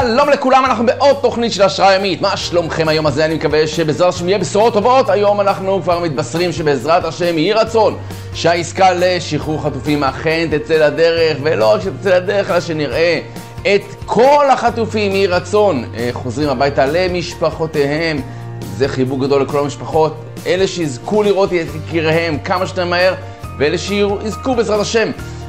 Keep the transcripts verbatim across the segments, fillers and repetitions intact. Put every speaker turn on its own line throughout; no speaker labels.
שלום לכולם, אנחנו בעוד תוכנית של השראה ימית. מה שלומכם היום הזה? אני מקווה שבעזרת השם יהיה בשורות טובות. היום אנחנו כבר מתבשרים שבעזרת השם יהי רצון שהעסקה לשחרור חטופים אכן תצא לדרך, ולא רק שתצא לדרך, אלא שנראה את כל החטופים יהי רצון חוזרים הביתה למשפחותיהם. זה חיבוק גדול לכל המשפחות, אלה שיזכו לראות את יקיריהם כמה שיותר מהר, ואלה שיזכו בעזרת השם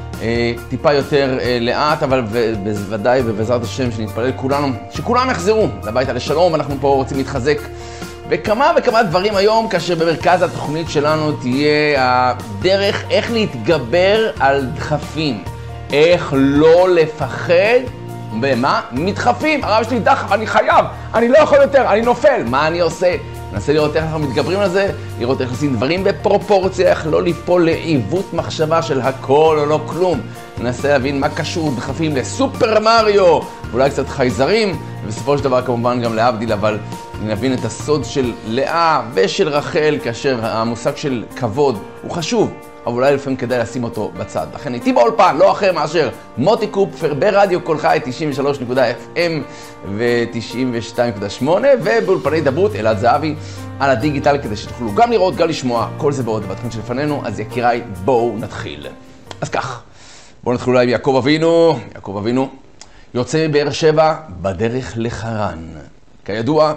טיפה יותר לאט, אבל בוודאי ובעזרת השם שנתפלל כולנו, שכולם יחזרו לביתה לשלום. אנחנו פה רוצים להתחזק בכמה וכמה דברים היום, כאשר במרכז התוכנית שלנו תהיה הדרך איך להתגבר על דחפים, איך לא לפחד. במה? מדחפים. הרב שלי דחף, אני חייב, אני לא יכול יותר, אני נופל, מה אני עושה? ננסה לראות איך אנחנו מתגברים על זה, לראות איך עושים דברים בפרופורציה, איך לא ליפול לעיוות מחשבה של הכל או לא כלום. ננסה להבין מה קשור דחפים לסופר מריו, אולי קצת חייזרים, ובסופו של דבר כמובן גם להבדיל, אבל נבין את הסוד של לאה ושל רחל, כאשר המושג של כבוד הוא חשוב, אבל אולי לפעמים כדאי לשים אותו בצד. לכן איתי באולפן, לא אחר מאשר מוטי קופפר ברדיו קול חי תשעים ושלוש נקודה אף אם ו-תשעים ושתיים נקודה שמונה, ובאולפני דברות אלעד זהבי על הדיגיטל, כדי שתוכלו גם לראות, גם לשמוע, כל זה ועוד בתוכנית שלפנינו. אז יקיריי, בואו נתחיל. אז כך, בואו נתחיל אולי עם יעקב אבינו. יעקב אבינו יוצא מבאר שבע בדרך לחרן. כידוע,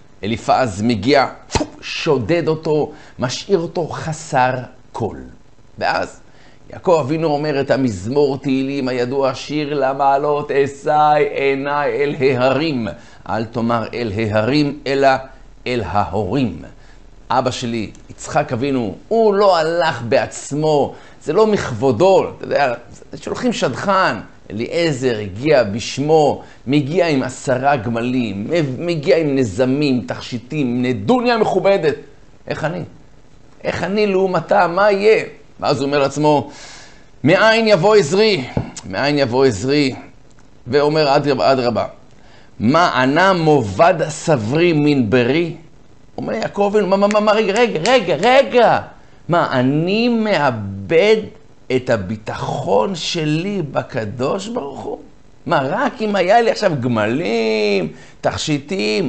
אליפז מגיע, שודד אותו, משאיר אותו חסר קול. ואז יעקב אבינו אומר את המזמור תהילים הידוע, שיר למעלות, אשא עיניי אל ההרים, אל תאמר אל ההרים אלא אל ההורים. אבא שלי, יצחק אבינו, הוא לא הלך בעצמו, זה לא מכבודו, אתה יודע, שולחים שדכן. אליעזר הגיע בשמו, מגיע עם עשרה גמלים, מגיע עם נזמים, תכשיטים, נדוניה מכובדת. איך אני? איך אני לעומתה? מה יהיה? ואז הוא אומר לעצמו, מאין יבוא עזרי? מאין יבוא עזרי? ואומר אדרבה, אדרבה, מה ענה מובד סברי מן ברי? אומר יעקב אבינו, מה, מה, מה, מה, רגע, רגע, רגע, רגע. מה, אני מאבד את הביטחון שלי בקדוש ברוך הוא? מה, רק אם היה לי עכשיו גמלים, תכשיטים,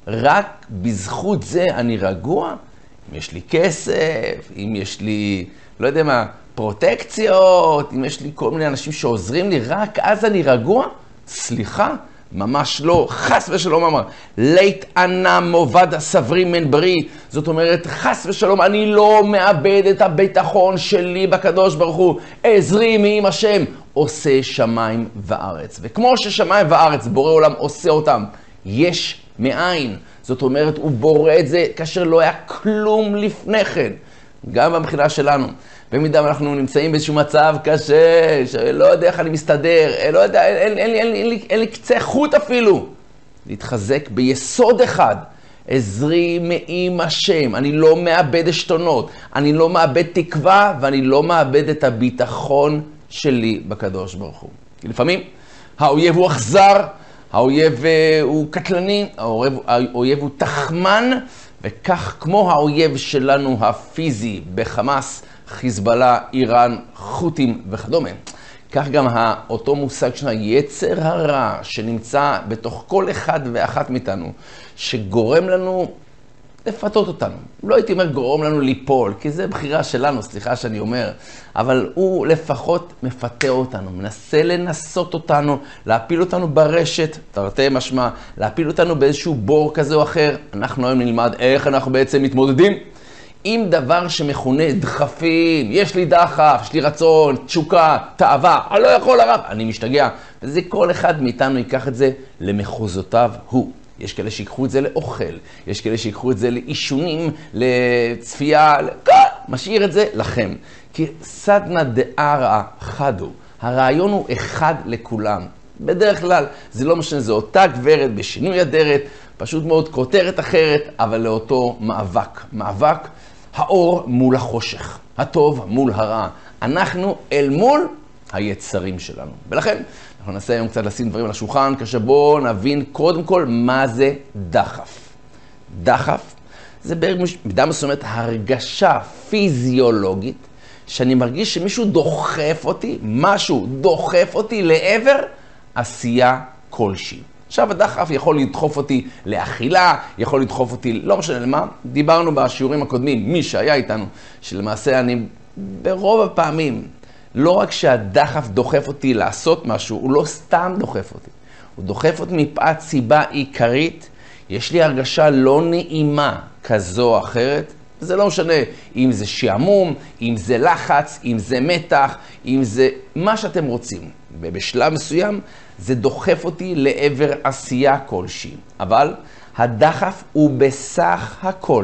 רק בזכות זה אני רגוע? אם יש לי כסף, אם יש לי, לא יודע מה, פרוטקציות, אם יש לי כל מיני אנשים שעוזרים לי, רק אז אני רגוע? סליחה, ממש לא, חס ושלום אמר. לית ענה מובד סברי מן ברי, זאת אומרת, חס ושלום, אני לא מאבד את הביטחון שלי בקדוש ברוך הוא. עזרי מעם השם, עושה שמיים וארץ. וכמו ששמיים וארץ, בורא עולם עושה אותם, יש מאין. זאת אומרת, הוא בורא את זה כאשר לא היה כלום לפני כן. גם במחילה שלנו. במידה אנחנו נמצאים באיזשהו מצב קשה, שלא יודע איך אני מסתדר, לא יודע, אין, אין, אין, אין, אין, אין לי קצה חוט אפילו. להתחזק ביסוד אחד. עזרי מעם השם. אני לא מאבד השתונות, אני לא מאבד תקווה, ואני לא מאבד את הביטחון שלי בקדוש ברוך הוא. כי לפעמים האויב הוא אכזר, האויב הוא קטלני, האויב, האויב הוא תחמן, וכך כמו האויב שלנו הפיזי בחמאס, חיזבאללה, איראן, חות'ים וכדומה, כך גם אותו מושג של היצר הרע שנמצא בתוך כל אחד ואחת מאיתנו, שגורם לנו לפתות אותנו. לא הייתי אומר גורם לנו ליפול, כי זה בחירה שלנו, סליחה שאני אומר, אבל הוא לפחות מפתה אותנו, מנסה לנסות אותנו, להפיל אותנו ברשת, תרתי משמע, להפיל אותנו באיזשהו בור כזה או אחר. אנחנו היום נלמד איך אנחנו בעצם מתמודדים עם דבר שמכונה דחפים. יש לי דחף, יש לי רצון, תשוקה, תאווה, אני לא יכול הרב, אני משתגע. וזה כל אחד מאיתנו ייקח את זה למחוזותיו הוא. יש כאלה שיקחו את זה לאוכל, יש כאלה שיקחו את זה לאישונים, לצפייה, לכל, משאיר את זה לכם. כי סדנה דארעא חדו, הרעיון הוא אחד לכולם. בדרך כלל זה לא משנה, זה אותה גברת בשינוי אדרת, פשוט מאוד כותרת אחרת, אבל לאותו מאבק. מאבק האור מול החושך, הטוב מול הרע. אנחנו אל מול היצרים שלנו. ולכן אנחנו ננסה היום קצת לשים דברים על השולחן, כאשר בואו נבין קודם כל מה זה דחף. דחף זה במידה מסוימת הרגשה פיזיולוגית, שאני מרגיש שמישהו דוחף אותי, משהו דוחף אותי לעבר עשייה כלשהי. עכשיו הדחף יכול לדחוף אותי לאכילה, יכול לדחוף אותי, לא משנה למה. דיברנו בשיעורים הקודמים, מי שהיה איתנו, שלמעשה אני ברוב הפעמים, לא רק שהדחף דוחף אותי לעשות משהו, הוא לא סתם דוחף אותי. הוא דוחף אותי מפאת סיבה עיקרית, יש לי הרגשה לא נעימה כזו או אחרת, זה לא משנה אם זה שעמום, אם זה לחץ, אם זה מתח, אם זה מה שאתם רוצים. ובשלב מסוים זה דוחף אותי לעבר עשייה כלשהי. אבל הדחף הוא בסך הכל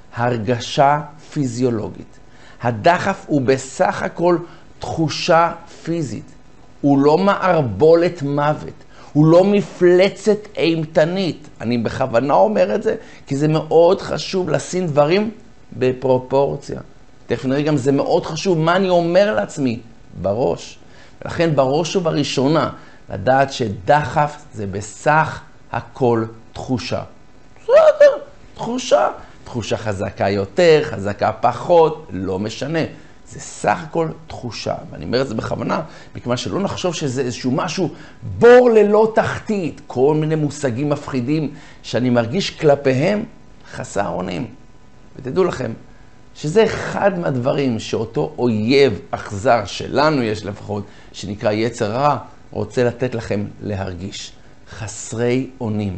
הרגשה פיזיולוגית. הדחף הוא בסך הכל תחושה פיזית. הוא לא מערבולת מוות. הוא לא מפלצת אימתנית. אני בכוונה אומר את זה, כי זה מאוד חשוב לשים דברים בפרופורציה. תכף נראה גם זה מאוד חשוב מה אני אומר לעצמי בראש. ולכן בראש ובראשונה, לדעת שדחף זה בסך הכל תחושה. בסדר, תחושה. תחושה חזקה יותר, חזקה פחות, לא משנה. זה סך הכל תחושה. ואני אומר את זה בכוונה, מכיוון שלא נחשוב שזה איזשהו משהו בור ללא תחתית. כל מיני מושגים מפחידים שאני מרגיש כלפיהם חסר אונים. ותדעו לכם שזה אחד מהדברים שאותו אויב אכזר שלנו יש לפחות, שנקרא יצר רע, רוצה לתת לכם להרגיש. חסרי אונים.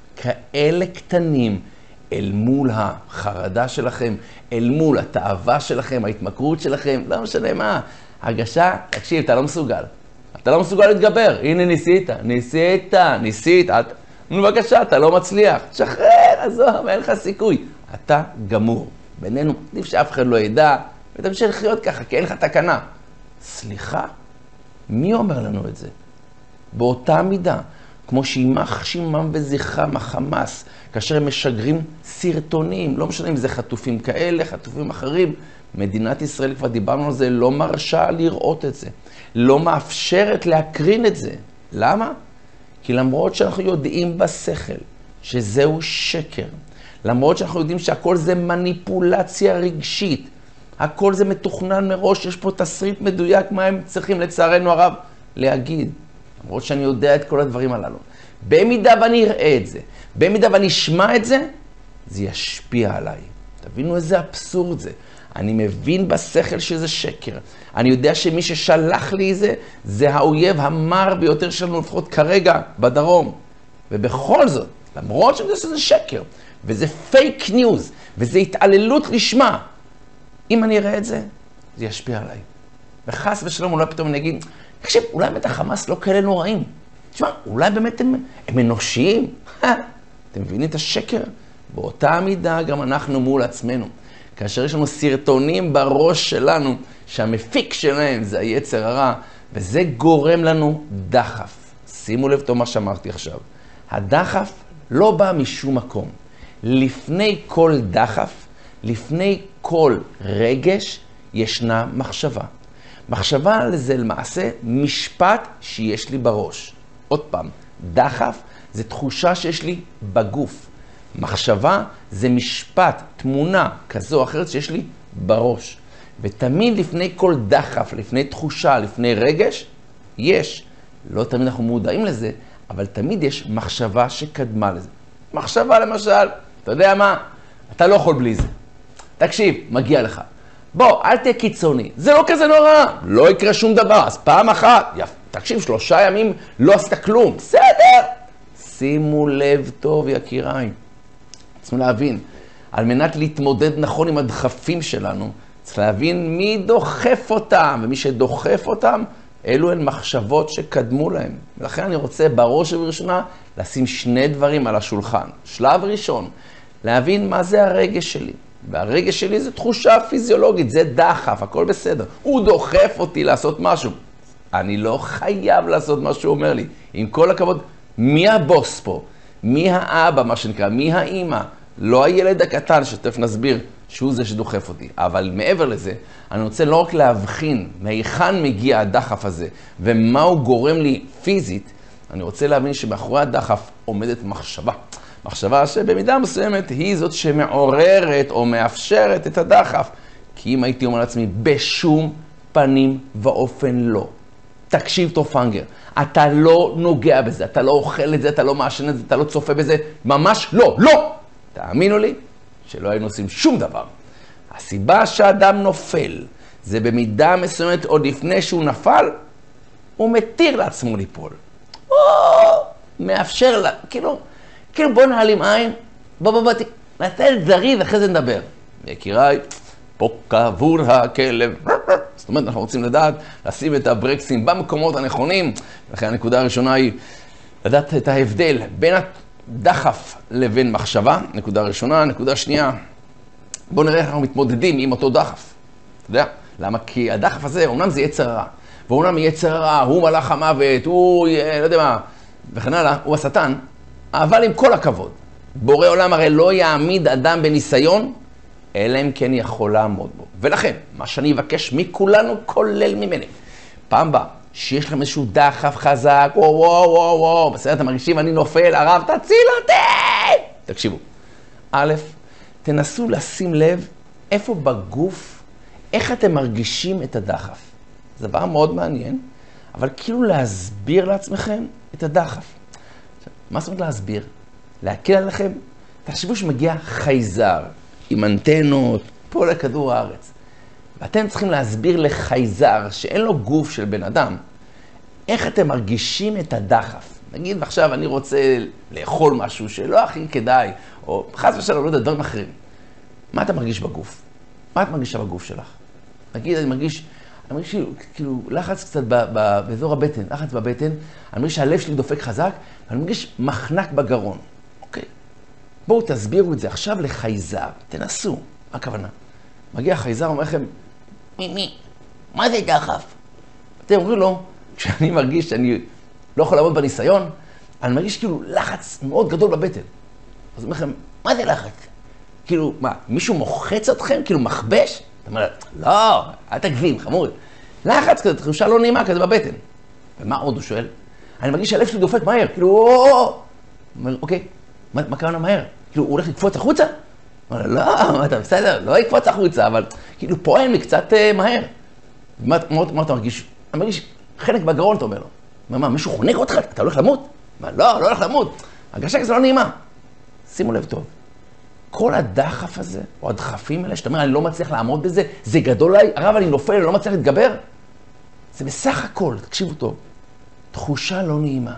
כאלה קטנים. אל מול החרדה שלכם, אל מול התאווה שלכם, ההתמכרות שלכם, לא משנה מה. הרגשה, תקשיב, אתה לא מסוגל. אתה לא מסוגל להתגבר. הנה ניסית, ניסית, ניסית. את... בבקשה, אתה לא מצליח. שחרר, עזוב, אין לך סיכוי. אתה גמור. בינינו, עדיף שאף אחד לא ידע, ותמשיך לחיות ככה, כי אין לך תקנה. סליחה? מי אומר לנו את זה? באותה מידה. כמו שימח שמם וזכרם החמאס, כאשר הם משגרים סרטונים, לא משנה אם זה חטופים כאלה, חטופים אחרים, מדינת ישראל, כבר דיברנו על זה, לא מרשה לראות את זה, לא מאפשרת להקרין את זה. למה? כי למרות שאנחנו יודעים בשכל שזהו שקר, למרות שאנחנו יודעים שהכל זה מניפולציה רגשית, הכל זה מתוכנן מראש, יש פה תסריט מדויק מה הם צריכים לצערנו הרב להגיד. למרות שאני יודע את כל הדברים הללו. במידה ואני אראה את זה, במידה ואני אשמע את זה, זה ישפיע עליי. תבינו איזה אבסורד זה. אני מבין בשכל שזה שקר. אני יודע שמי ששלח לי זה, זה האויב המר ביותר שלנו, לפחות כרגע, בדרום. ובכל זאת, למרות שאני יודע שזה שקר, וזה פייק ניוז, וזה התעללות לשמה, אם אני אראה את זה, זה ישפיע עליי. וחס ושלום, אולי פתאום אני אגיד, תקשיב, אולי באמת החמאס לא כאלה נוראים. תשמע, אולי באמת הם, הם אנושיים. אתם מבינים את השקר? באותה מידה גם אנחנו מול עצמנו. כאשר יש לנו סרטונים בראש שלנו, שהמפיק שלהם זה היצר הרע, וזה גורם לנו דחף. שימו לב טוב מה שאמרתי עכשיו. הדחף לא בא משום מקום. לפני כל דחף, לפני כל רגש, ישנה מחשבה. מחשבה לזה למעשה משפט שיש לי בראש. עוד פעם, דחף זה תחושה שיש לי בגוף. מחשבה זה משפט, תמונה כזו או אחרת שיש לי בראש. ותמיד לפני כל דחף, לפני תחושה, לפני רגש, יש. לא תמיד אנחנו מודעים לזה, אבל תמיד יש מחשבה שקדמה לזה. מחשבה למשל, אתה יודע מה? אתה לא יכול בלי זה. תקשיב, מגיע לך. בוא, אל תהיה קיצוני. זה לא כזה נורא. לא יקרה שום דבר. אז פעם אחת, יפ, תקשיב, שלושה ימים לא עשית כלום. בסדר. שימו לב טוב, יקיריי. צריכים להבין, על מנת להתמודד נכון עם הדחפים שלנו, צריך להבין מי דוחף אותם, ומי שדוחף אותם, אלו הן מחשבות שקדמו להם. ולכן אני רוצה בראש ובראשונה לשים שני דברים על השולחן. שלב ראשון, להבין מה זה הרגש שלי. והרגש שלי זה תחושה פיזיולוגית, זה דחף, הכל בסדר. הוא דוחף אותי לעשות משהו. אני לא חייב לעשות מה שהוא אומר לי. עם כל הכבוד, מי הבוס פה? מי האבא, מה שנקרא? מי האמא? לא הילד הקטן, שתף נסביר שהוא זה שדוחף אותי. אבל מעבר לזה, אני רוצה לא רק להבחין מהיכן מגיע הדחף הזה, ומה הוא גורם לי פיזית, אני רוצה להבין שמאחורי הדחף עומדת מחשבה. מחשבה שבמידה מסוימת היא זאת שמעוררת או מאפשרת את הדחף. כי אם הייתי אומר לעצמי, בשום פנים ואופן לא. תקשיב טוב פנגר, אתה לא נוגע בזה, אתה לא אוכל את זה, אתה לא מעשן את זה, אתה לא צופה בזה, ממש לא, לא! תאמינו לי שלא היינו עושים שום דבר. הסיבה שהאדם נופל, זה במידה מסוימת עוד לפני שהוא נפל, הוא מתיר לעצמו ליפול. או, מאפשר לה, כאילו, כאילו בוא נעלים עין, בוא בוא בוא, נעשה את זריז, אחרי זה נדבר. יקיריי, פה קבור הכלב. זאת אומרת, אנחנו רוצים לדעת, לשים את הברקסים במקומות הנכונים. לכן הנקודה הראשונה היא לדעת את ההבדל בין הדחף לבין מחשבה. נקודה ראשונה, נקודה שנייה. בואו נראה איך אנחנו מתמודדים עם אותו דחף. אתה יודע? למה? כי הדחף הזה, אומנם זה יצר רע. ואומנם יצר רע, הוא מלאך המוות, הוא, לא יודע מה, וכן הלאה, הוא השטן. אבל עם כל הכבוד, בורא עולם הרי לא יעמיד אדם בניסיון, אלא אם כן יכול לעמוד בו. ולכן, מה שאני אבקש מכולנו, כולל ממני, פעם באה, שיש לכם איזשהו דחף חזק, וואו וואו וואו וואו, בסדר, אתם מרגישים, אני נופל, הרב, תציל אותי! תקשיבו, א', תנסו לשים לב איפה בגוף, איך אתם מרגישים את הדחף. זה דבר מאוד מעניין, אבל כאילו להסביר לעצמכם את הדחף. מה זאת אומרת להסביר? להקל עליכם? תחשבו שמגיע חייזר עם אנטנות פה לכדור הארץ. ואתם צריכים להסביר לחייזר שאין לו גוף של בן אדם, איך אתם מרגישים את הדחף. נגיד ועכשיו אני רוצה לאכול משהו שלא הכי כדאי, או חס ושלום, לא יודע, דברים אחרים. מה אתה מרגיש בגוף? מה את מרגישה בגוף שלך? נגיד, אני מרגיש, אני מרגיש כאילו לחץ קצת ב, ב, באזור הבטן, לחץ בבטן, אני מרגיש שהלב שלי דופק חזק, ואני מרגיש מחנק בגרון. אוקיי? בואו תסבירו את זה עכשיו לחייזר, תנסו. מה הכוונה? מגיע חייזר, אומר לכם, מי, מי? מה זה דחף? אתם אומרים לו, כשאני מרגיש שאני לא יכול לעמוד בניסיון, אני מרגיש כאילו לחץ מאוד גדול בבטן. אז אומר לכם, מה זה לחץ? כאילו, מה, מישהו מוחץ אתכם? כאילו מחבש? אתה אומר, לא, אל תגבים, חמוד. לחץ כזה, תחושה לא נעימה כזה בבטן. ומה עוד הוא שואל? אני מרגיש שהלב שלי דופק מהר, כאילו, הוא אומר, אוקיי, מה, מה קרה מהר? כאילו, הוא הולך לקפוץ החוצה? הוא אומר, לא, אתה בסדר, לא יקפוץ החוצה, אבל כאילו פועל לי קצת uh, מהר. מה, מה, מה אתה מרגיש? אני מרגיש חלק בגרון, אתה אומר לו. מה, מה, מישהו חונק אותך? אתה הולך למות? מה, לא, לא הולך למות. הרגשה כזה לא נעימה. שימו לב טוב. כל הדחף הזה, או הדחפים האלה, שאתה אומר, אני לא מצליח לעמוד בזה, זה גדול עליי, הרב, אני נופל, אני לא מצליח להתגבר. זה בסך הכל, תקשיבו טוב, תחושה לא נעימה.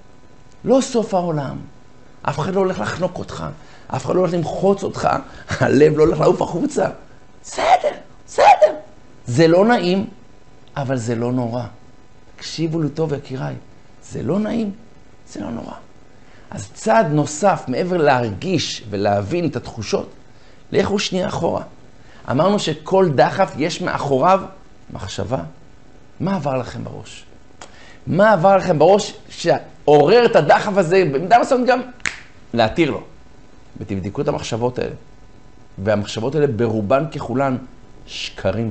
לא סוף העולם. אף אחד לא הולך לחנוק אותך, אף אחד לא הולך למחוץ אותך, הלב לא הולך לעוף החוצה. בסדר, בסדר. זה לא נעים, אבל זה לא נורא. תקשיבו לי טוב, יקיריי. זה לא נעים, זה לא נורא. אז צעד נוסף, מעבר להרגיש ולהבין את התחושות, לכו שנייה אחורה. אמרנו שכל דחף יש מאחוריו מחשבה. מה עבר לכם בראש? מה עבר לכם בראש שעורר את הדחף הזה, במידה מסוימת גם להתיר לו? ותבדקו את המחשבות האלה. והמחשבות האלה ברובן ככולן שקרים.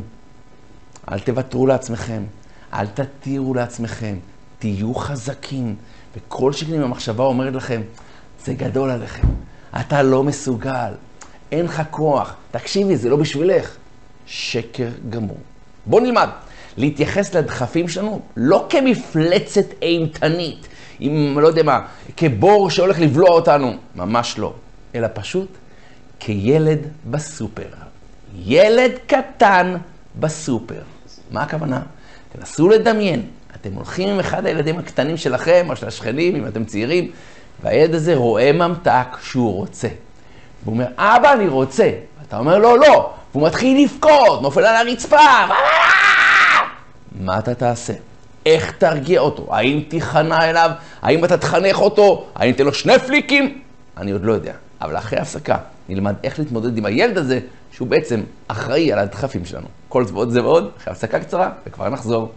אל תוותרו לעצמכם, אל תתירו לעצמכם, תהיו חזקים. וכל שכנים המחשבה אומרת לכם, זה גדול עליכם, אתה לא מסוגל, אין לך כוח, תקשיבי, זה לא בשבילך. שקר גמור. בואו נלמד להתייחס לדחפים שלנו לא כמפלצת אימתנית, עם לא יודע מה, כבור שהולך לבלוע אותנו, ממש לא, אלא פשוט כילד בסופר. ילד קטן בסופר. מה הכוונה? תנסו לדמיין. אתם הולכים עם אחד הילדים הקטנים שלכם, או של השכנים, אם אתם צעירים, והילד הזה רואה ממתק שהוא רוצה. והוא אומר, אבא, אני רוצה. ואתה אומר לו, לא. והוא מתחיל לבכות, נופל על הרצפה. מה אתה תעשה? איך תרגיע אותו? האם תיכנע אליו? האם אתה תחנך אותו? האם תן לו שני פליקים? אני עוד לא יודע. אבל אחרי הפסקה נלמד איך להתמודד עם הילד הזה, שהוא בעצם אחראי על הדחפים שלנו. כל זה ועוד זה ועוד, אחרי הפסקה קצרה, וכבר נחזור.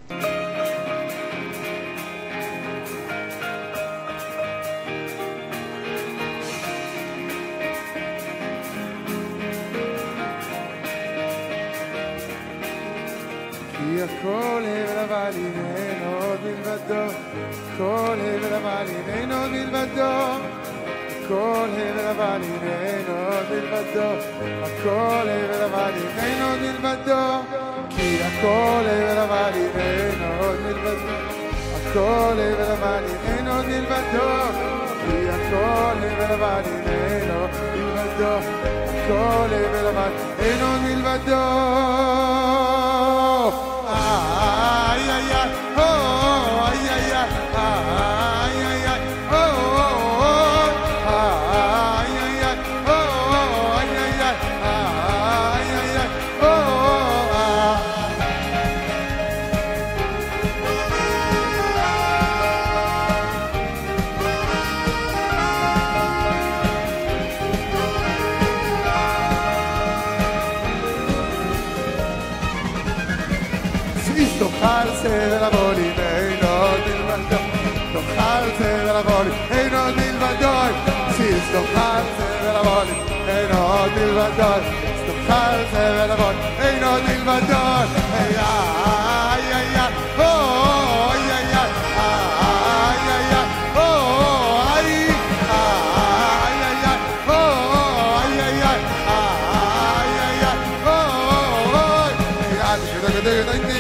כי הכל הבל אבל אין עוד מלבדו, כל הבל אבל אין עוד מלבדו, כל הבל אבל אין עוד מלבדו, הכל הבל אבל אין עוד מלבדו, כי הכל הבל אבל אין עוד מלבדו. כל הבל הבא אין עוד מלבדו, כי הכל הבל הבא אין עוד מלבדו, כל הבל הבא אין עוד מלבדו. איי איי איי, איי איי איי, איי איי איי, תאכל סבל הבולי ואין עוד מלבדו, תאכל סבל הבולי אין עוד מלבדו, סיס תאכל סבל הבולי אין עוד מלבדו, תאכל סבל הבולי אין עוד מלבדו. איי איי איי איי, איי איי איי, איי איי איי, איי איי איי איי,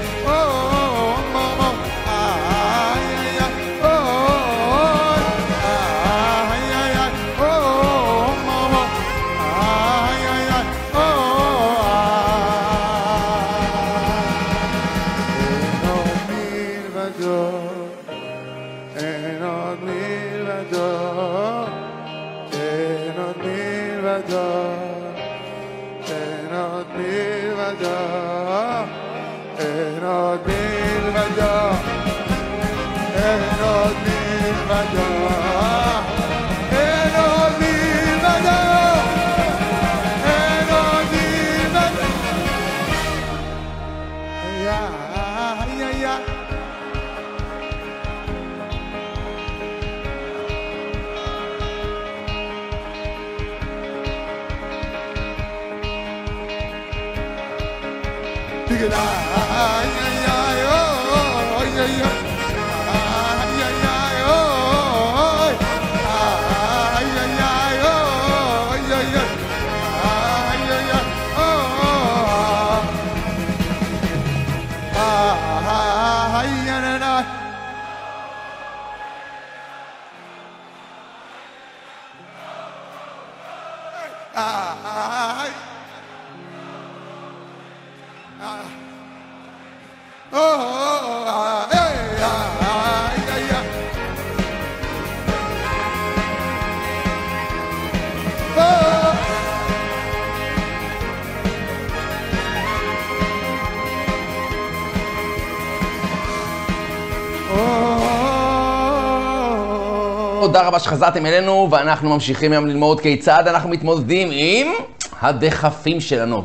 תודה רבה שחזרתם אלינו, ואנחנו ממשיכים היום ללמוד כיצד אנחנו מתמודדים עם הדחפים שלנו.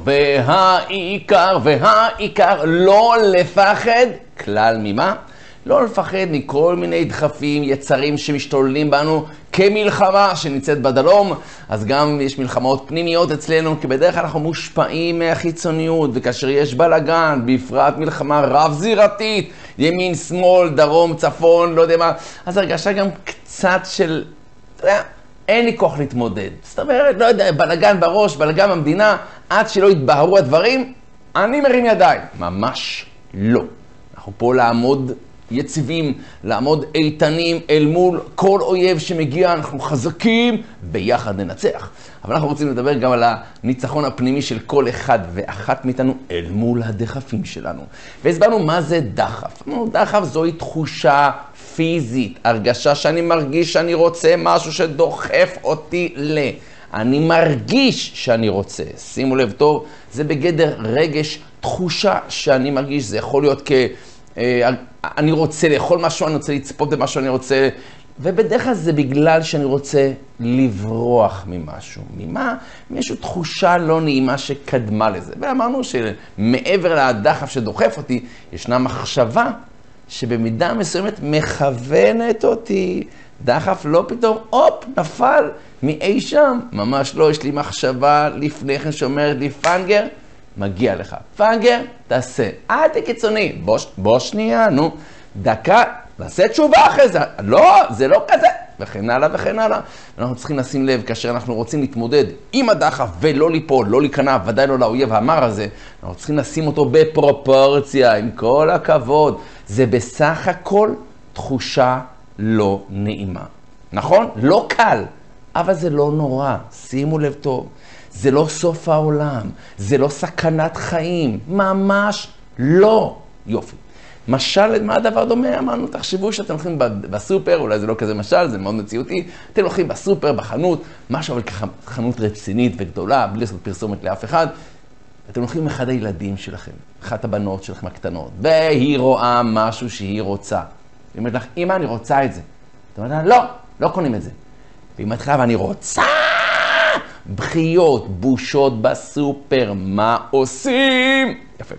והעיקר, והעיקר, לא לפחד כלל ממה? לא לפחד מכל מיני דחפים, יצרים שמשתוללים בנו כמלחמה שנמצאת בדרום. אז גם יש מלחמות פנימיות אצלנו, כי בדרך כלל אנחנו מושפעים מהחיצוניות, וכאשר יש בלגן, בפרט מלחמה רב-זירתית, ימין, שמאל, דרום, צפון, לא יודע מה, אז הרגשה גם קצת של, אתה יודע, אין לי כוח להתמודד. זאת אומרת, לא יודע, בלגן בראש, בלגן במדינה, עד שלא יתבהרו הדברים, אני מרים ידיים. ממש לא. אנחנו פה לעמוד יציבים, לעמוד איתנים אל מול כל אויב שמגיע, אנחנו חזקים, ביחד ננצח. אבל אנחנו רוצים לדבר גם על הניצחון הפנימי של כל אחד ואחת מאיתנו אל מול הדחפים שלנו. והסברנו מה זה דחף. דחף זוהי תחושה פיזית, הרגשה שאני מרגיש שאני רוצה משהו שדוחף אותי ל... אני מרגיש שאני רוצה. שימו לב טוב, זה בגדר רגש, תחושה שאני מרגיש. זה יכול להיות כ... אני רוצה לאכול משהו, אני רוצה לצפות במשהו, אני רוצה... ובדרך כלל זה בגלל שאני רוצה לברוח ממשהו. ממה? מאיזושהי תחושה לא נעימה שקדמה לזה. ואמרנו שמעבר לדחף שדוחף אותי, ישנה מחשבה שבמידה מסוימת מכוונת אותי. דחף לא פתאום, אופ, נפל מאי שם. ממש לא, יש לי מחשבה לפני כן שאומרת לי, פנגר, מגיע לך. פנגר, תעשה. אל תהיה קיצוני. בוא, בוא שנייה, נו. דקה, נעשה תשובה אחרי זה. לא, זה לא כזה. וכן הלאה וכן הלאה. אנחנו צריכים לשים לב, כאשר אנחנו רוצים להתמודד עם הדחף ולא ליפול, לא להיכנע, ודאי לא לאויב המר הזה, אנחנו צריכים לשים אותו בפרופורציה, עם כל הכבוד. זה בסך הכל תחושה לא נעימה. נכון? לא קל, אבל זה לא נורא. שימו לב טוב. זה לא סוף העולם, זה לא סכנת חיים, ממש לא. יופי. משל, מה הדבר דומה? אמרנו, תחשבו שאתם הולכים בסופר, אולי זה לא כזה משל, זה מאוד מציאותי, אתם הולכים בסופר, בחנות, משהו אבל ככה חנות רצינית וגדולה, בלי לעשות פרסומת לאף אחד, אתם הולכים עם אחד הילדים שלכם, אחת הבנות שלכם הקטנות, והיא רואה משהו שהיא רוצה. היא אומרת לך, אמא, אני רוצה את זה. אתה אומרת לה, לא, לא קונים את זה. והיא מתחילה, ואני רוצה בחיות, בושות בסופר, מה עושים? יפה.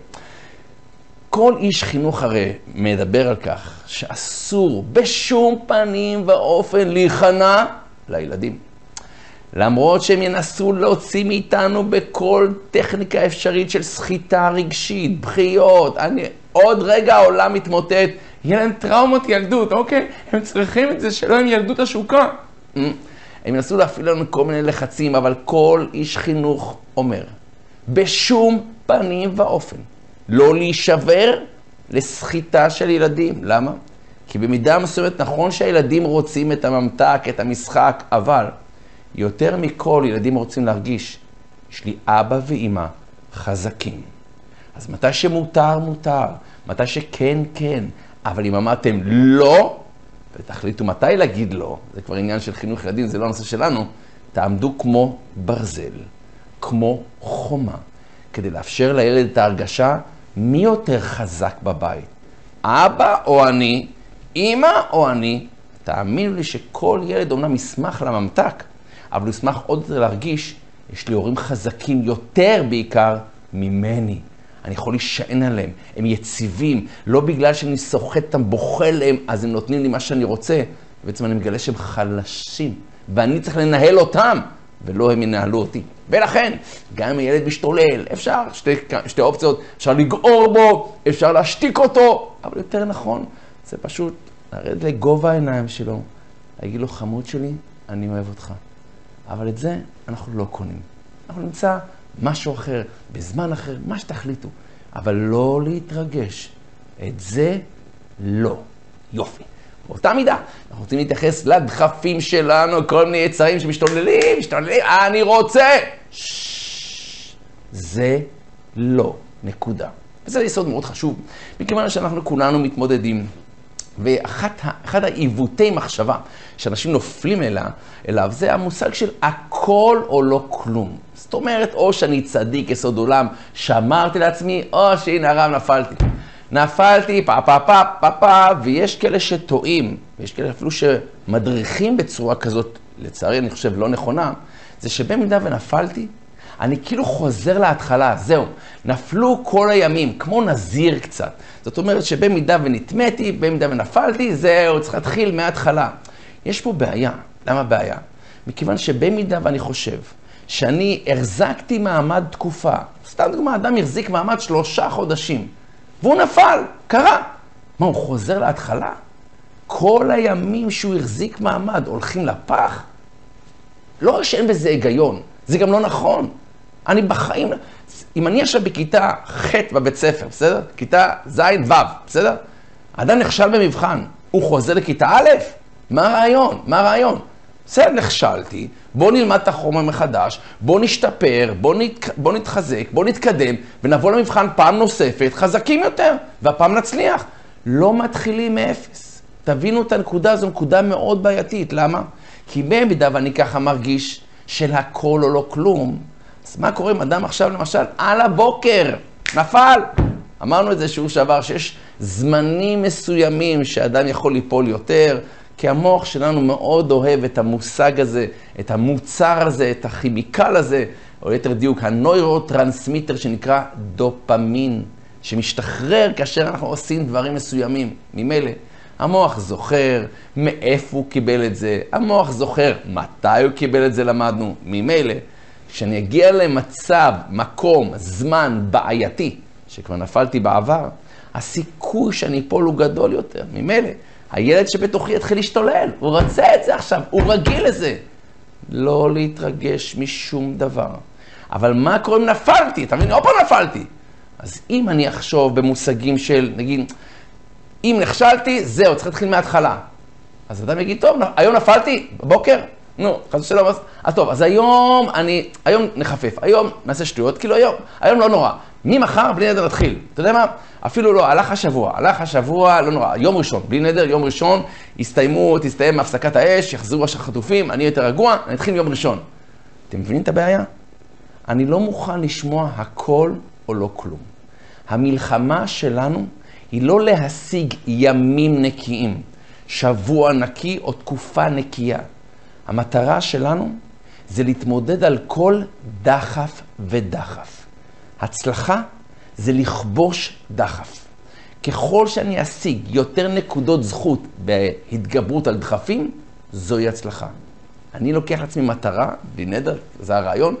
כל איש חינוך הרי מדבר על כך שאסור בשום פנים ואופן להיכנע לילדים. למרות שהם ינסו להוציא מאיתנו בכל טכניקה אפשרית של סחיטה רגשית, בחיות, אני, עוד רגע העולם מתמוטט, יהיה להם טראומות ילדות, אוקיי? הם צריכים את זה שלא הם ילדות השוקה. הם ינסו להפעיל לנו כל מיני לחצים, אבל כל איש חינוך אומר, בשום פנים ואופן, לא להישבר לסחיטה של ילדים. למה? כי במידה מסוימת נכון שהילדים רוצים את הממתק, את המשחק, אבל יותר מכל ילדים רוצים להרגיש, יש לי אבא ואמא חזקים. אז מתי שמותר, מותר. מתי שכן, כן. אבל אם אמרתם לא, ותחליטו מתי להגיד לא, זה כבר עניין של חינוך ילדים, זה לא הנושא שלנו, תעמדו כמו ברזל, כמו חומה, כדי לאפשר לילד את ההרגשה מי יותר חזק בבית. אבא או אני, אמא או אני, תאמינו לי שכל ילד אומנם ישמח לממתק, אבל הוא ישמח עוד יותר להרגיש, יש לי הורים חזקים יותר בעיקר ממני. אני יכול להישען עליהם, הם יציבים, לא בגלל שאני סוחט אותם, בוכה להם, אז הם נותנים לי מה שאני רוצה, ובעצם אני מגלה שהם חלשים, ואני צריך לנהל אותם, ולא הם ינהלו אותי. ולכן, גם אם הילד משתולל, אפשר, שתי, שתי אופציות, אפשר לגעור בו, אפשר להשתיק אותו, אבל יותר נכון, זה פשוט לרדת לגובה העיניים שלו, להגיד לו, חמוד שלי, אני אוהב אותך. אבל את זה אנחנו לא קונים. אנחנו נמצא משהו אחר, בזמן אחר, מה שתחליטו. אבל לא להתרגש. את זה לא. יופי. באותה מידה, אנחנו רוצים להתייחס לדחפים שלנו, כל מיני יצרים שמשתוללים, משתוללים, אני רוצה. ששש. זה לא. נקודה. וזה יסוד מאוד חשוב, מכיוון שאנחנו כולנו מתמודדים. ואחד העיוותי מחשבה שאנשים נופלים אליה, אליו, זה המושג של הכל או לא כלום. זאת אומרת, או שאני צדיק יסוד עולם, שאמרתי לעצמי, או שהנה הרב נפלתי. נפלתי, פה, פה, פה, פה, פה, ויש כאלה שטועים, ויש כאלה אפילו שמדריכים בצורה כזאת, לצערי אני חושב לא נכונה, זה שבמידה ונפלתי, אני כאילו חוזר להתחלה, זהו, נפלו כל הימים, כמו נזיר קצת. זאת אומרת שבמידה ונתמתי, במידה ונפלתי, זהו, צריך להתחיל מההתחלה. יש פה בעיה. למה בעיה? מכיוון שבמידה ואני חושב שאני החזקתי מעמד תקופה, סתם דוגמה, אדם החזיק מעמד שלושה חודשים, והוא נפל, קרה. מה, הוא חוזר להתחלה? כל הימים שהוא החזיק מעמד הולכים לפח? לא רק שאין בזה היגיון, זה גם לא נכון. אני בחיים, אם אני עכשיו בכיתה ח' בבית ספר, בסדר? כיתה ז' ו', בסדר? האדם נכשל במבחן, הוא חוזר לכיתה א', מה הרעיון? מה הרעיון? בסדר, נכשלתי, בוא נלמד את החומר מחדש, בוא נשתפר, בוא, נת... בוא נתחזק, בוא נתקדם, ונבוא למבחן פעם נוספת, חזקים יותר, והפעם נצליח. לא מתחילים מאפס. תבינו את הנקודה, זו נקודה מאוד בעייתית. למה? כי במידה ואני ככה מרגיש של הכל או לא כלום, אז מה קורה עם אדם עכשיו למשל? על הבוקר, נפל. אמרנו את זה שהוא שעבר שיש זמנים מסוימים שאדם יכול ליפול יותר, כי המוח שלנו מאוד אוהב את המושג הזה, את המוצר הזה, את הכימיקל הזה, או יותר דיוק, הנוירוטרנסמיטר שנקרא דופמין, שמשתחרר כאשר אנחנו עושים דברים מסוימים. ממילא, המוח זוכר מאיפה הוא קיבל את זה, המוח זוכר מתי הוא קיבל את זה, למדנו. ממילא, כשאני אגיע למצב, מקום, זמן בעייתי, שכבר נפלתי בעבר, הסיכוי שאני אפול הוא גדול יותר. ממילא, הילד שבתוכי יתחיל להשתולל, הוא רוצה את זה עכשיו, הוא רגיל לזה. לא להתרגש משום דבר. אבל מה קורה אם נפלתי? אתה מבין? עוד פעם נפלתי. אז אם אני אחשוב במושגים של, נגיד, אם נכשלתי, זהו, צריך להתחיל מההתחלה. אז אדם יגיד, טוב, היום נפלתי, בבוקר, נו, חזו שלום, אז, אז טוב, אז היום אני, היום נחפף, היום נעשה שטויות, כאילו היום, היום לא נורא. ממחר, בלי נדר נתחיל. אתה יודע מה? אפילו לא, הלך השבוע, הלך השבוע, לא נורא, יום ראשון, בלי נדר, יום ראשון, הסתיימו, תסתיים מהפסקת האש, יחזרו החטופים, אני יותר רגוע, אני אתחיל יום ראשון. אתם מבינים את הבעיה? אני לא מוכן לשמוע הכל או לא כלום. המלחמה שלנו היא לא להשיג ימים נקיים, שבוע נקי או תקופה נקייה. המטרה שלנו זה להתמודד על כל דחף ודחף. הצלחה זה לכבוש דחף. ככל שאני אשיג יותר נקודות זכות בהתגברות על דחפים, זוהי הצלחה. אני לוקח לעצמי מטרה, בלי נדר, זה הרעיון,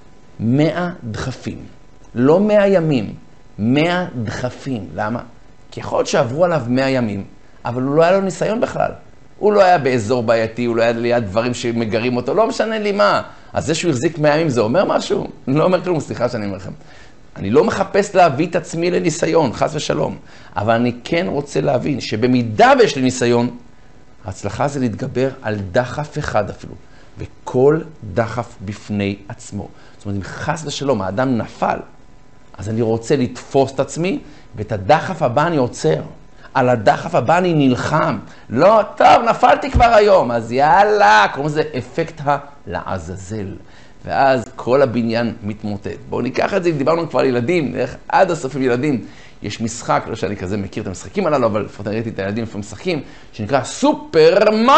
מאה דחפים. לא מאה ימים, מאה דחפים. למה? ככל שעברו עליו מאה ימים, אבל הוא לא היה לו ניסיון בכלל. הוא לא היה באזור בעייתי, הוא לא היה ליד דברים שמגרים אותו, לא משנה לי מה. אז זה שהוא החזיק מאה ימים, זה אומר משהו? לא אומר כלום, סליחה שאני אומר לכם. אני לא מחפש להביא את עצמי לניסיון, חס ושלום. אבל אני כן רוצה להבין שבמידה ויש לי ניסיון, ההצלחה זה להתגבר על דחף אחד אפילו, וכל דחף בפני עצמו. זאת אומרת, אם חס ושלום, האדם נפל, אז אני רוצה לתפוס את עצמי, ואת הדחף הבא אני עוצר. על הדחף הבא אני נלחם. לא, טוב, נפלתי כבר היום, אז יאללה, קוראים לזה אפקט הלעזאזל. ואז כל הבניין מתמוטט. בואו ניקח את זה, דיברנו כבר על ילדים, איך עד הסוף עם ילדים. יש משחק, לא שאני כזה מכיר את המשחקים הללו, אבל לפחות ראיתי את הילדים לפעמים משחקים, שנקרא סופר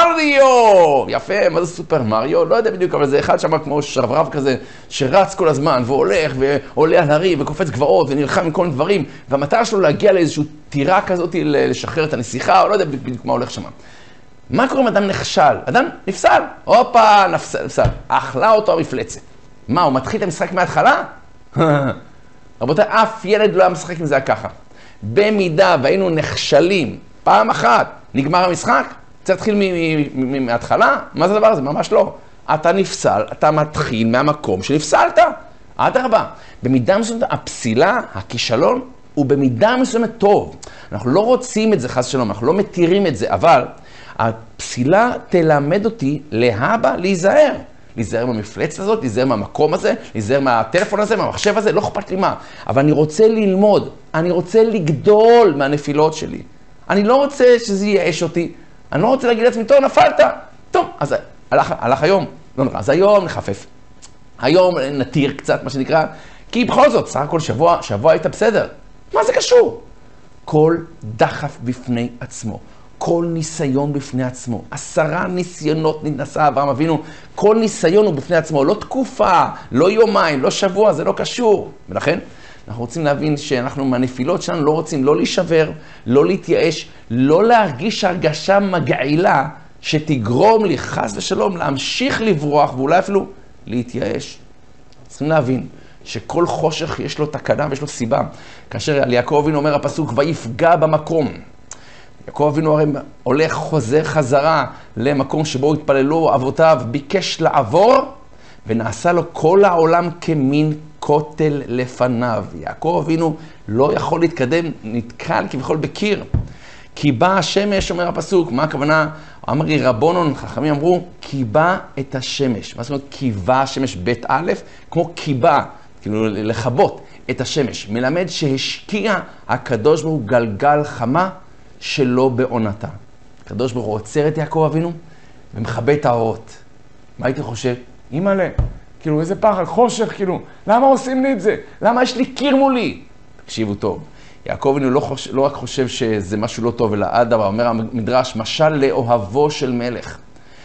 מריו! יפה, מה זה סופר מריו? לא יודע בדיוק, אבל זה אחד שם כמו שרברב כזה, שרץ כל הזמן, והולך, ועולה על הרים, וקופץ גבעות, ונלחם עם כל דברים, והמטרה שלו להגיע לאיזושהי טירה כזאת, לשחרר את הנסיכה, או לא יודע בדיוק מה הולך שם. מה קורה אם אדם נכשל? אדם נפסל. הופה, נפסל, נפסל. אכלה אותו המפלצת. מה, הוא מתחיל את המשחק מההתחלה? רבותיי, אף ילד לא היה משחק עם זה ככה. במידה והיינו נכשלים פעם אחת, נגמר המשחק, צריך להתחיל מההתחלה? מה זה הדבר הזה? ממש לא. אתה נפסל, אתה מתחיל מהמקום שנפסלת. אדרבה. במידה מסוימת, הפסילה, הכישלון, הוא במידה מסוימת טוב. אנחנו לא רוצים את זה, חס ושלום, אנחנו לא מתירים את זה, אבל הפסילה תלמד אותי להבא להיזהר. להיזהר מהמפלצת הזאת, להיזהר מהמקום הזה, להיזהר מהטלפון הזה, מהמחשב הזה, לא אכפת לי מה. אבל אני רוצה ללמוד, אני רוצה לגדול מהנפילות שלי. אני לא רוצה שזה ייאש אותי, אני לא רוצה להגיד לעצמי, טוב, נפלת. טוב, אז הלך, הלך היום, לא נראה, אז היום נחפף. היום נתיר קצת, מה שנקרא, כי בכל זאת, סך הכל שבוע, שבוע היית בסדר. מה זה קשור? כל דחף בפני עצמו. כל ניסיון בפני עצמו. עשרה ניסיונות נתנסה אברהם אבינו. כל ניסיון הוא בפני עצמו. לא תקופה, לא יומיים, לא שבוע, זה לא קשור. ולכן, אנחנו רוצים להבין שאנחנו מהנפילות שלנו לא רוצים לא להישבר, לא להתייאש, לא להרגיש הרגשה מגעילה שתגרום לי חס ושלום להמשיך לברוח ואולי אפילו להתייאש. צריכים להבין שכל חושך יש לו תקנה ויש לו סיבה. כאשר על יעקב אבינו אומר הפסוק, ויפגע במקום. יעקב אבינו הרי הולך, חוזר חזרה למקום שבו התפללו אבותיו, ביקש לעבור, ונעשה לו כל העולם כמין כותל לפניו. יעקב אבינו לא יכול להתקדם, נתקל כביכול בקיר. כי בא השמש, אומר הפסוק, מה הכוונה? אמרי רבונון, חכמים אמרו, כי בא את השמש. מה זאת אומרת? כי בא השמש בית א', כמו כי בא, כאילו לחבות את השמש. מלמד שהשקיע הקדוש ברוך הוא גלגל חמה, שלא בעונתה. הקדוש ברוך הוא עוצר את יעקב אבינו ומכבה את האורות. מה הייתי חושב? אימא'לה, כאילו איזה פחד, חושך, כאילו, למה עושים לי את זה? למה יש לי קיר מולי? תקשיבו טוב, יעקב אבינו לא, חוש... לא רק חושב שזה משהו לא טוב, אלא אדרבה, אומר המדרש, משל לאוהבו של מלך,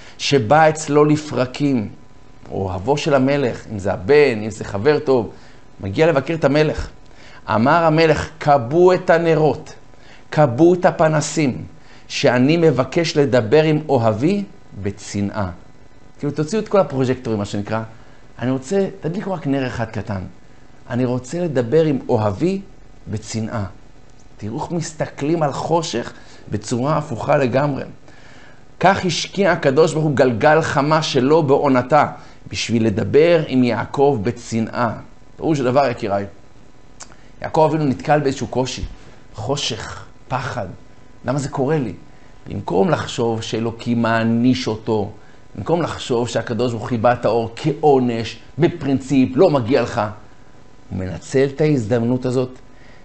שבא אצלו לפרקים, אוהבו של המלך, אם זה הבן, אם זה חבר טוב, מגיע לבקר את המלך. אמר המלך, קבו את הנרות, קבו את הפנסים, שאני מבקש לדבר עם אוהבי בצנעה. כאילו, תוציאו את כל הפרוז'קטורים, מה שנקרא. אני רוצה, תדליקו רק נר אחד קטן. אני רוצה לדבר עם אוהבי בצנעה. תראו איך מסתכלים על חושך בצורה הפוכה לגמרי. כך השקיע הקדוש ברוך הוא גלגל חמה שלו בעונתה, בשביל לדבר עם יעקב בצנעה. תראו שדבר יקיריי. יעקב אבינו נתקל באיזשהו קושי, חושך, פחד. למה זה קורה לי? במקום לחשוב שאלוקים מעניש אותו, במקום לחשוב שהקדוש ברוך הוא חיבה את האור כעונש, בפרינציפ, לא מגיע לך, הוא מנצל את ההזדמנות הזאת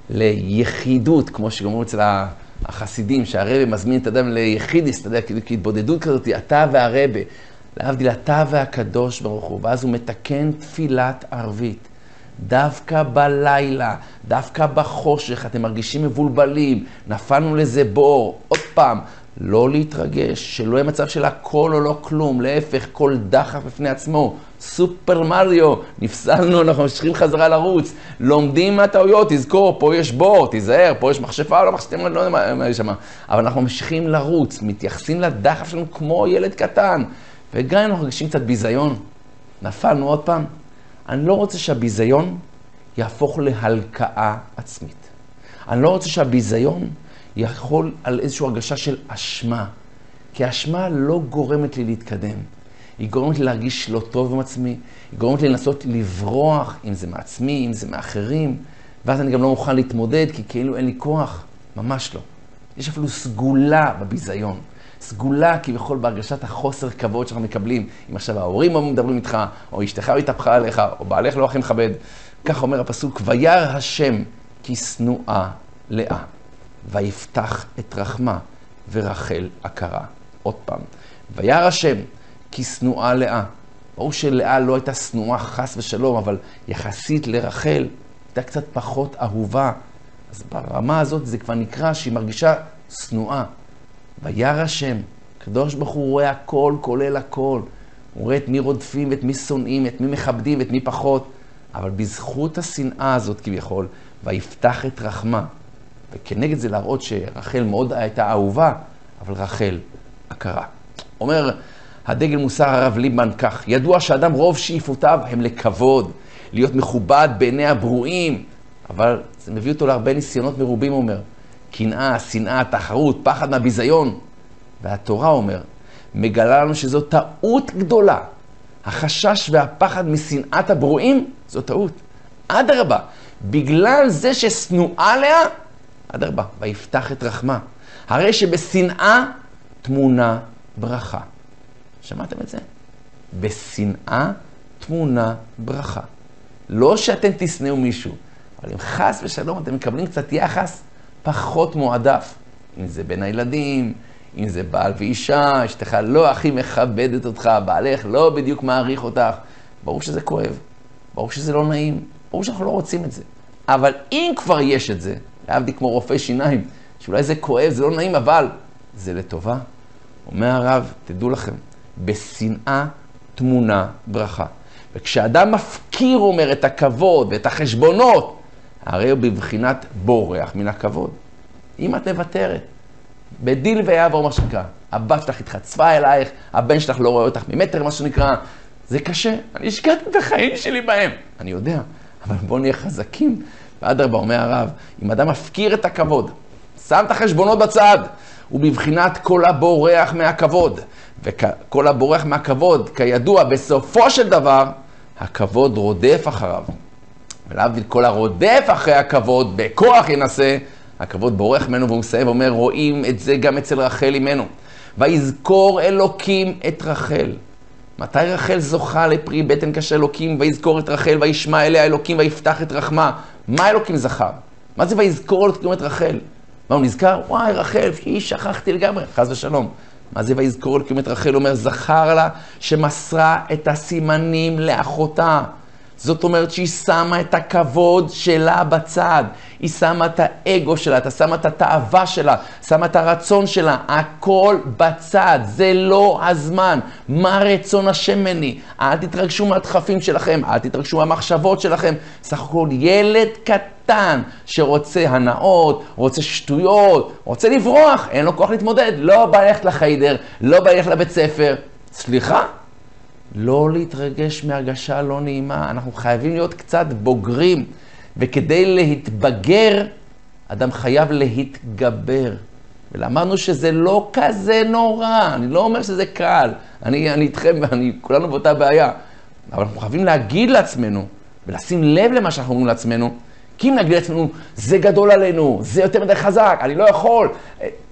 ליחידות, כמו שגמרו אצל החסידים, שהרבא מזמין את אדם ליחידיס, אתה יודע, כהתבודדות כזאת, אתה והרבא, להבדיל אתה והקדוש ברוך הוא, ואז הוא מתקן תפילת ערבית. דווקא בלילה, דווקא בחושך, אתם מרגישים מבולבלים, נפלנו לזה בור, עוד פעם, לא להתרגש, שלא יהיה מצב של הכל או לא כלום, להפך, כל דחף בפני עצמו, סופר מריו, נפסלנו, אנחנו משכים חזרה לרוץ, לומדים מהטעויות, תזכור, פה יש בור, תיזהר, פה יש מכשפה, לא מכשפה, לא יודע מה יש שם, אבל אנחנו ממשיכים לרוץ, מתייחסים לדחף שלנו כמו ילד קטן, וגם אנחנו מרגישים קצת ביזיון, נפלנו עוד פעם, אני לא רוצה שהביזיון יהפוך להלקאה עצמית. אני לא רוצה שהביזיון יכול על איזושהי הרגשה של אשמה. כי האשמה לא גורמת לי להתקדם. היא גורמת לי להרגיש לא טוב עם עצמי. היא גורמת לי לנסות לברוח, אם זה מעצמי, אם זה מאחרים. ואז אני גם לא מוכן להתמודד, כי כאילו אין לי כוח. ממש לא. יש אפילו סגולה בביזיון. סגולה כביכול בהרגשת החוסר כבוד שאנחנו מקבלים. אם עכשיו ההורים מדברים איתך, או אשתך התהפכה עליך, או בעלך לא הכי מכבד. כך אומר הפסוק, וירא השם כי שנואה לאה, ויפתח את רחמה, ורחל עקרה. עוד פעם, וירא השם כי שנואה לאה. ברור שלאה לא הייתה שנואה חס ושלום, אבל יחסית לרחל, הייתה קצת פחות אהובה. אז ברמה הזאת זה כבר נקרא שהיא מרגישה שנואה. וירא השם, הקדוש ברוך הוא רואה הכל, כולל הכל. הוא רואה את מי רודפים, את מי שונאים, את מי מכבדים, את מי פחות. אבל בזכות השנאה הזאת כביכול, ויפתח את רחמה. וכנגד זה להראות שרחל מאוד הייתה אהובה, אבל רחל עקרה. אומר הדגל מוסר הרב ליבמן כך, ידוע שאדם רוב שאיפותיו הם לכבוד, להיות מכובד בעיני הברואים, אבל זה מביא אותו להרבה ניסיונות מרובים, אומר. קנאה, שנאה, תחרות, פחד מהביזיון. והתורה אומר, מגלה לנו שזו טעות גדולה. החשש והפחד משנאת הברואים, זו טעות. אדרבה, בגלל זה ששנואה לה, אדרבה, ויפתח את רחמה. הרי שבשנאה תמונה ברכה. שמעתם את זה? בשנאה תמונה ברכה. לא שאתם תשנאו מישהו, אבל אם חס ושלום אתם מקבלים קצת יחס פחות מועדף. אם זה בין הילדים, אם זה בעל ואישה, אשתך לא הכי מכבדת אותך, בעלך לא בדיוק מעריך אותך. ברור שזה כואב, ברור שזה לא נעים, ברור שאנחנו לא רוצים את זה. אבל אם כבר יש את זה, להבדיל כמו רופא שיניים, שאולי זה כואב, זה לא נעים, אבל זה לטובה. אומר הרב, תדעו לכם, בשנאה תמונה ברכה. וכשאדם מפקיר, אומר, את הכבוד ואת החשבונות, הרי הוא בבחינת בורח מן הכבוד. אם את מוותרת, בדיל ויעבור מה שנקרא, הבת שלך התחצפה אלייך, הבן שלך לא רואה אותך ממטר, מה שנקרא, זה קשה, אני השקעתי את החיים שלי בהם. אני יודע, אבל בוא נהיה חזקים. ואדרבה, אומר הרב, אם אדם מפקיר את הכבוד, שם את החשבונות בצד, הוא בבחינת כל הבורח מהכבוד. וכל הבורח מהכבוד, כידוע, בסופו של דבר, הכבוד רודף אחריו. ולהבדיל כל הרודף אחרי הכבוד, בכוח ינסה, הכבוד בורח ממנו, והוא מסיים ואומר, רואים את זה גם אצל רחל אימנו. ויזכור אלוקים את רחל. מתי רחל זוכה לפרי בטן כאשר אלוקים, ויזכור את רחל, וישמע אליה אלוקים, ויפתח את רחמה. מה אלוקים זכר? מה זה ויזכור אלוקים את רחל? מה הוא נזכר? וואי, רחל, היא שכחתי לגמרי, חס ושלום. מה זה ויזכור אלוקים את רחל? הוא אומר, זכר לה שמסרה את הסימנים לאחותה. זאת אומרת שהיא שמה את הכבוד שלה בצד, היא שמה את האגו שלה, אתה שמה את התאווה שלה, שמה את הרצון שלה, הכל בצד, זה לא הזמן. מה רצון השם ממני? אל תתרגשו מהדחפים שלכם, אל תתרגשו מהמחשבות שלכם. סך הכל ילד קטן שרוצה הנאות, רוצה שטויות, רוצה לברוח, אין לו כוח להתמודד, לא בא ללכת לחיידר, לא בא ללכת לבית ספר. סליחה? לא להתרגש מהרגשה לא נעימה, אנחנו חייבים להיות קצת בוגרים, וכדי להתבגר, אדם חייב להתגבר. ולמדנו שזה לא כזה נורא, אני לא אומר שזה קל, אני, אני איתכם ואני, כולנו באותה בעיה, אבל אנחנו חייבים להגיד לעצמנו, ולשים לב למה שאנחנו אומרים לעצמנו, כי אם נגיד לעצמנו, זה גדול עלינו, זה יותר מדי חזק, אני לא יכול,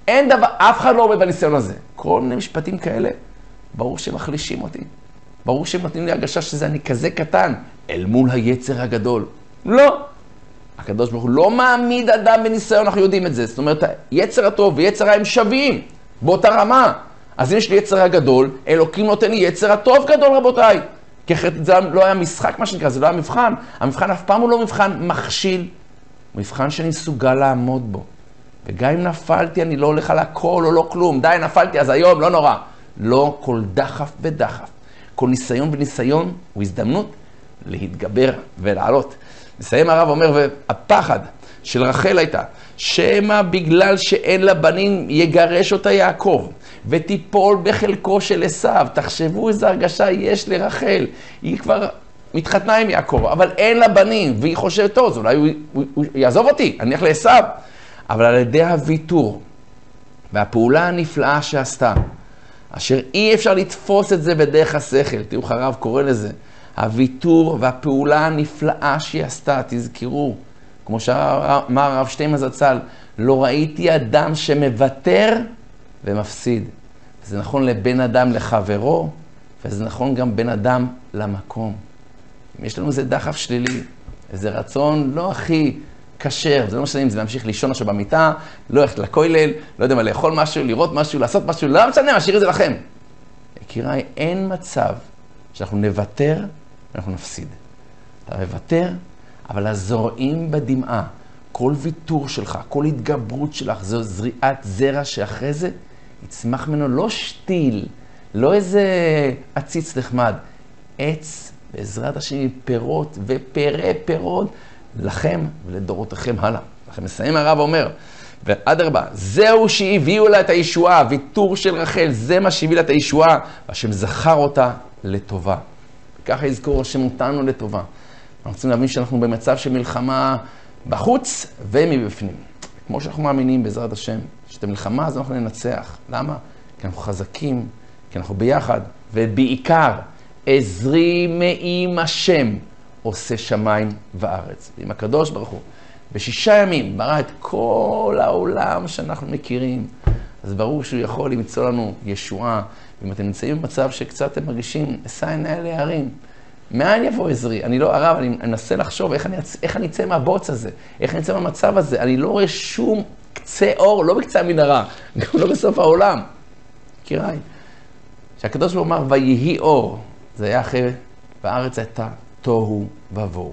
אין דבר, אף אחד לא עובד בניסיון הזה. כל מיני משפטים כאלה, ברור שמחלישים אותי. ברור שהם נותנים לי הרגשה שזה אני כזה קטן, אל מול היצר הגדול. לא. הקדוש ברוך הוא לא מעמיד אדם בניסיון, אנחנו יודעים את זה. זאת אומרת, היצר הטוב ויצר הרע הם שווים, באותה רמה. אז אם יש לי יצר הגדול, אלוקים נותן לי יצר הטוב גדול, רבותיי. כי אחרת זה לא היה משחק, מה שנקרא, זה לא היה מבחן. המבחן אף פעם הוא לא מבחן מכשיל. הוא מבחן שאני מסוגל לעמוד בו. וגם אם נפלתי, אני לא הולך על הכל או לא כלום. די, נפלתי, אז היום, לא נורא. לא כל דחף ודחף. כל ניסיון וניסיון הוא הזדמנות להתגבר ולעלות. מסיים הרב אומר, והפחד של רחל הייתה, שמה בגלל שאין לה בנים יגרש אותה יעקב, ותיפול בחלקו של עשיו. תחשבו איזו הרגשה יש לרחל. היא כבר מתחתנה עם יעקב, אבל אין לה בנים, והיא חושבת, טוב, אולי הוא, הוא, הוא יעזוב אותי, אני אלך לעשיו. אבל על ידי הוויתור והפעולה הנפלאה שעשתה, אשר אי אפשר לתפוס את זה בדרך השכל, תראו הרב קורא לזה, הוויתור והפעולה הנפלאה שהיא עשתה, תזכרו, כמו שאמר הרב שטיינמן זצ"ל, לא ראיתי אדם שמוותר ומפסיד. זה נכון לבן אדם לחברו, וזה נכון גם בן אדם למקום. אם יש לנו איזה דחף שלילי, איזה רצון לא הכי קשר, זה לא משנה אם זה להמשיך לישון עכשיו במיטה, לא ללכת לכולל, לא יודע מה, לאכול משהו, לראות משהו, לעשות משהו, לא משנה, משאיר את זה לכם. יקיריי, אין מצב שאנחנו נוותר ואנחנו נפסיד. אתה מוותר, אבל הזורעים בדמעה, כל ויתור שלך, כל התגברות שלך, זו זריעת זרע שאחרי זה יצמח ממנו לא שתיל, לא איזה עציץ נחמד, עץ בעזרת השם פירות ופרי פירות לכם ולדורותיכם הלאה. לכם מסיים הרב אומר, ואדרבה, זהו שהביאו לה את הישועה, ויתור של רחל, זה מה שהביא לה את הישועה, והשם זכר אותה לטובה. וככה יזכור השם אותנו לטובה. אנחנו רוצים להבין שאנחנו במצב של מלחמה בחוץ ומבפנים. כמו שאנחנו מאמינים בעזרת השם, שאת המלחמה הזו אנחנו ננצח. למה? כי אנחנו חזקים, כי אנחנו ביחד, ובעיקר, עזרי מעם השם עושה שמיים וארץ. ועם הקדוש ברוך הוא, בשישה ימים ברא את כל העולם שאנחנו מכירים, אז ברור שהוא יכול למצוא לנו ישועה. ואם אתם נמצאים במצב שקצת אתם מרגישים, אשא עיני להרים, מאין יבוא עזרי? אני לא ערב, אני אנסה לחשוב איך אני, איך אני אצא מהבוץ הזה, איך אני אצא מהמצב הזה. אני לא רואה שום קצה אור, לא בקצה המנהרה, גם לא בסוף העולם. קיריי, שהקדוש ברוך הוא אמר, ויהי אור, זה היה אחרי, והארץ הייתה תוהו ובוהו,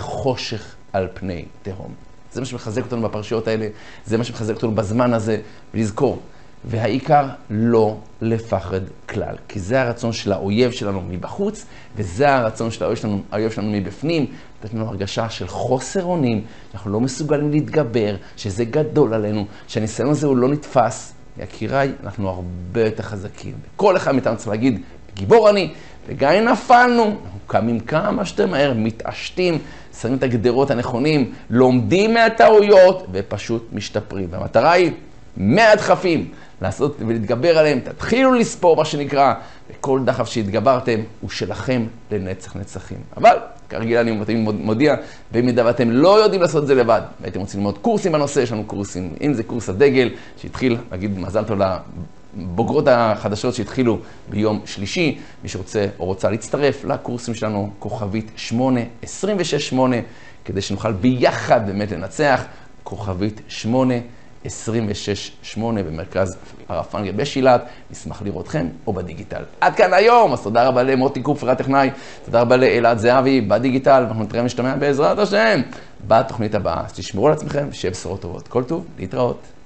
וחושך על פני תהום. זה מה שמחזק אותנו בפרשיות האלה, זה מה שמחזק אותנו בזמן הזה, ולזכור. והעיקר לא לפחד כלל, כי זה הרצון של האויב שלנו מבחוץ, וזה הרצון של האויב שלנו, האויב שלנו מבפנים. יש לנו הרגשה של חוסר אונים, שאנחנו לא מסוגלים להתגבר, שזה גדול עלינו, שהניסיון הזה הוא לא נתפס. יקיריי, אנחנו הרבה יותר חזקים. כל אחד מאיתנו צריך להגיד, גיבור אני, וגם אם נפלנו, אנחנו קמים כמה שיותר מהר, מתעשתים, שמים את הגדרות הנכונים, לומדים מהטעויות ופשוט משתפרים. והמטרה היא מהדחפים, לעשות ולהתגבר עליהם, תתחילו לספור מה שנקרא, וכל דחף שהתגברתם הוא שלכם לנצח נצחים. אבל כרגיל אני מודיע, במידה ואתם לא יודעים לעשות את זה לבד, והייתם רוצים ללמוד קורסים בנושא, יש לנו קורסים, אם זה קורס הדגל שהתחיל, נגיד מזל טוב לבוגרות החדשות שהתחילו ביום שלישי, מי שרוצה או רוצה להצטרף לקורסים שלנו, כוכבית שמונה עשרים ושש שמונה, כדי שנוכל ביחד באמת לנצח, כוכבית שמונה עשרים ושש שמונה במרכז פרפנגל בשילת, נשמח לראותכם או בדיגיטל. עד כאן היום, אז תודה רבה למוטי קופר הטכנאי, תודה רבה לאלעד זהבי בדיגיטל, ואנחנו נתראה משתמע בעזרת השם בתוכנית הבאה. אז תשמרו על עצמכם, שיהיה בשורות טובות. כל טוב, להתראות.